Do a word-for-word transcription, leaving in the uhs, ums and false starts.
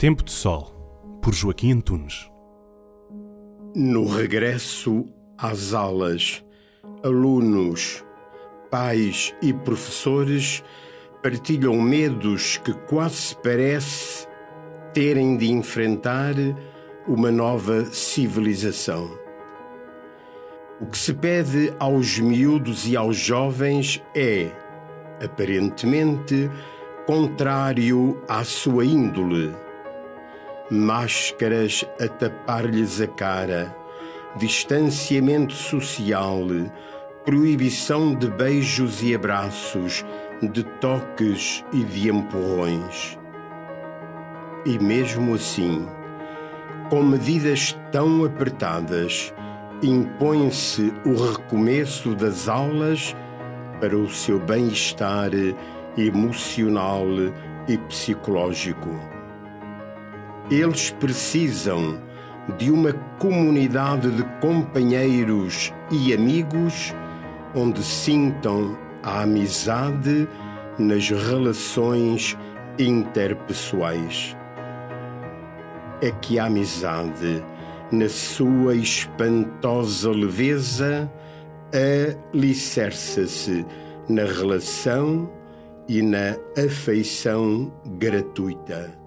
Tempo de Sol, por Joaquim Antunes. No regresso às aulas, alunos, pais e professores partilham medos que quase parece terem de enfrentar uma nova civilização. O que se pede aos miúdos e aos jovens é, aparentemente, contrário à sua índole. Máscaras a tapar-lhes a cara, distanciamento social, proibição de beijos e abraços, de toques e de empurrões. E mesmo assim, com medidas tão apertadas, impõe-se o recomeço das aulas para o seu bem-estar emocional e psicológico. Eles precisam de uma comunidade de companheiros e amigos onde sintam a amizade nas relações interpessoais. É que a amizade, na sua espantosa leveza, alicerça-se na relação e na afeição gratuita.